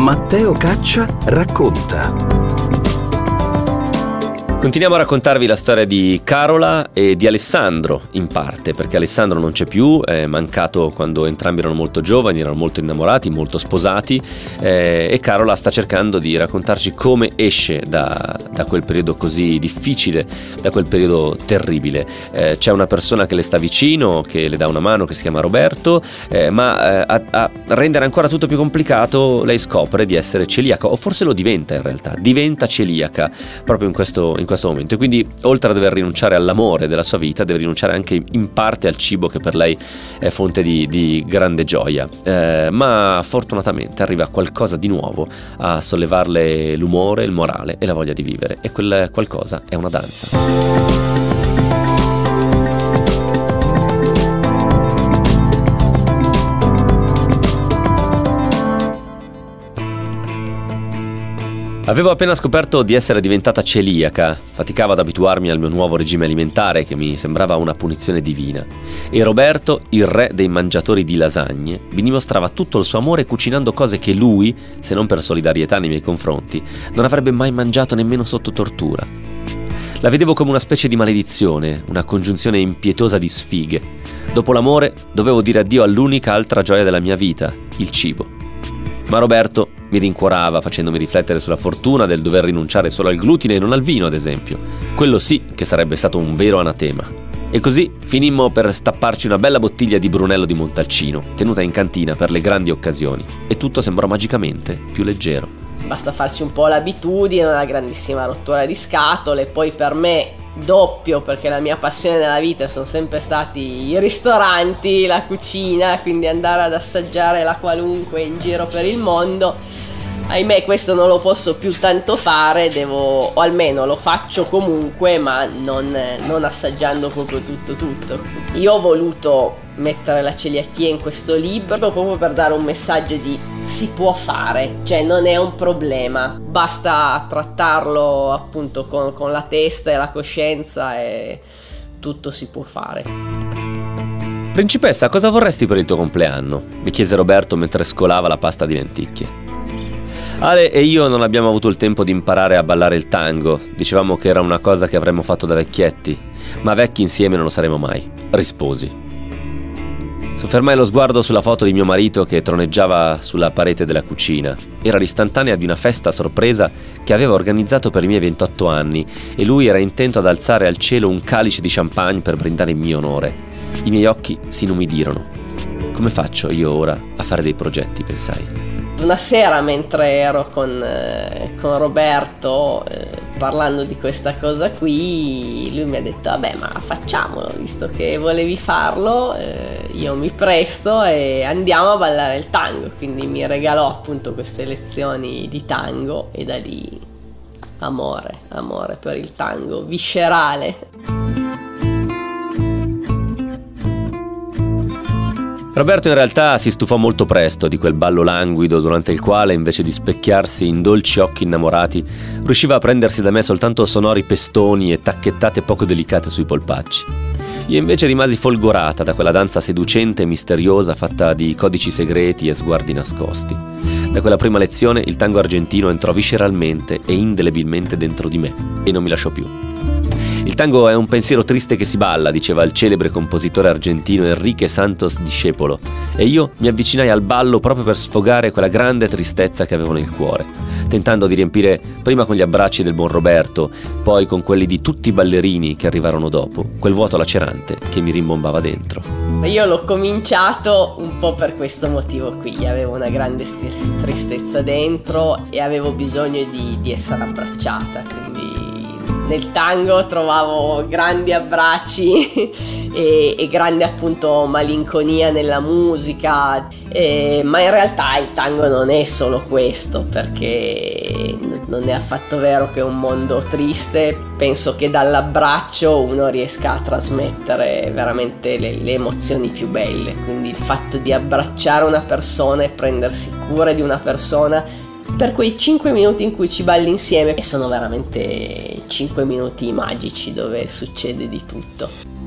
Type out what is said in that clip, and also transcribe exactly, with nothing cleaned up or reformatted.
Matteo Caccia racconta. Continuiamo a raccontarvi la storia di Carola e di Alessandro, in parte, perché Alessandro non c'è più, è mancato quando entrambi erano molto giovani, erano molto innamorati, molto sposati, eh, e Carola sta cercando di raccontarci come esce da, da quel periodo così difficile, da quel periodo terribile. Eh, c'è una persona che le sta vicino, che le dà una mano, che si chiama Roberto, eh, ma eh, a, a rendere ancora tutto più complicato lei scopre di essere celiaca, o forse lo diventa in realtà, diventa celiaca proprio in questo in questo momento, e quindi oltre a dover rinunciare all'amore della sua vita deve rinunciare anche in parte al cibo, che per lei è fonte di, di grande gioia, eh, ma fortunatamente arriva qualcosa di nuovo a sollevarle l'umore, il morale e la voglia di vivere, e quel qualcosa è una danza. Avevo appena scoperto di essere diventata celiaca, faticavo ad abituarmi al mio nuovo regime alimentare che mi sembrava una punizione divina, e Roberto, il re dei mangiatori di lasagne, mi dimostrava tutto il suo amore cucinando cose che lui, se non per solidarietà nei miei confronti, non avrebbe mai mangiato nemmeno sotto tortura. La vedevo come una specie di maledizione, una congiunzione impietosa di sfighe. Dopo l'amore dovevo dire addio all'unica altra gioia della mia vita, il cibo. Ma Roberto mi rincuorava, facendomi riflettere sulla fortuna del dover rinunciare solo al glutine e non al vino, ad esempio. Quello sì che sarebbe stato un vero anatema. E così finimmo per stapparci una bella bottiglia di Brunello di Montalcino, tenuta in cantina per le grandi occasioni. E tutto sembrò magicamente più leggero. Basta farci un po' l'abitudine, una grandissima rottura di scatole. Poi per me doppio, perché la mia passione nella vita sono sempre stati i ristoranti, la cucina, quindi andare ad assaggiare la qualunque in giro per il mondo. Ahimè questo non lo posso più tanto fare, devo, o almeno lo faccio comunque, ma non, non assaggiando proprio tutto tutto. Io ho voluto mettere la celiachia in questo libro proprio per dare un messaggio di si può fare, cioè non è un problema, basta trattarlo appunto con, con la testa e la coscienza e tutto si può fare. Principessa, cosa vorresti per il tuo compleanno? Mi chiese Roberto mentre scolava la pasta di lenticchie. Ale e io non abbiamo avuto il tempo di imparare a ballare il tango, dicevamo che era una cosa che avremmo fatto da vecchietti, ma vecchi insieme non lo saremo mai, risposi. Soffermai lo sguardo sulla foto di mio marito che troneggiava sulla parete della cucina. Era l'istantanea di una festa sorpresa che aveva organizzato per i miei ventotto anni, e lui era intento ad alzare al cielo un calice di champagne per brindare in mio onore. I miei occhi si inumidirono. Come faccio io ora a fare dei progetti, pensai. Una sera mentre ero con, eh, con Roberto eh, parlando di questa cosa qui, lui mi ha detto vabbè, ma facciamolo, visto che volevi farlo, eh, io mi presto e andiamo a ballare il tango. Quindi mi regalò appunto queste lezioni di tango e da lì amore, amore per il tango viscerale. Roberto in realtà si stufò molto presto di quel ballo languido durante il quale, invece di specchiarsi in dolci occhi innamorati, riusciva a prendersi da me soltanto sonori pestoni e tacchettate poco delicate sui polpacci. Io invece rimasi folgorata da quella danza seducente e misteriosa fatta di codici segreti e sguardi nascosti. Da quella prima lezione il tango argentino entrò visceralmente e indelebilmente dentro di me e non mi lasciò più. Il tango è un pensiero triste che si balla, diceva il celebre compositore argentino Enrique Santos Discepolo, e io mi avvicinai al ballo proprio per sfogare quella grande tristezza che avevo nel cuore, tentando di riempire prima con gli abbracci del buon Roberto, poi con quelli di tutti i ballerini che arrivarono dopo, quel vuoto lacerante che mi rimbombava dentro. Io l'ho cominciato un po' per questo motivo qui, avevo una grande tristezza dentro e avevo bisogno di, di essere abbracciata, quindi nel tango trovavo grandi abbracci e, e grande appunto malinconia nella musica, e, ma in realtà il tango non è solo questo, perché non è affatto vero che è un mondo triste. Penso che dall'abbraccio uno riesca a trasmettere veramente le, le emozioni più belle, quindi il fatto di abbracciare una persona e prendersi cura di una persona per quei cinque minuti in cui ci balli insieme, e sono veramente cinque minuti magici dove succede di tutto.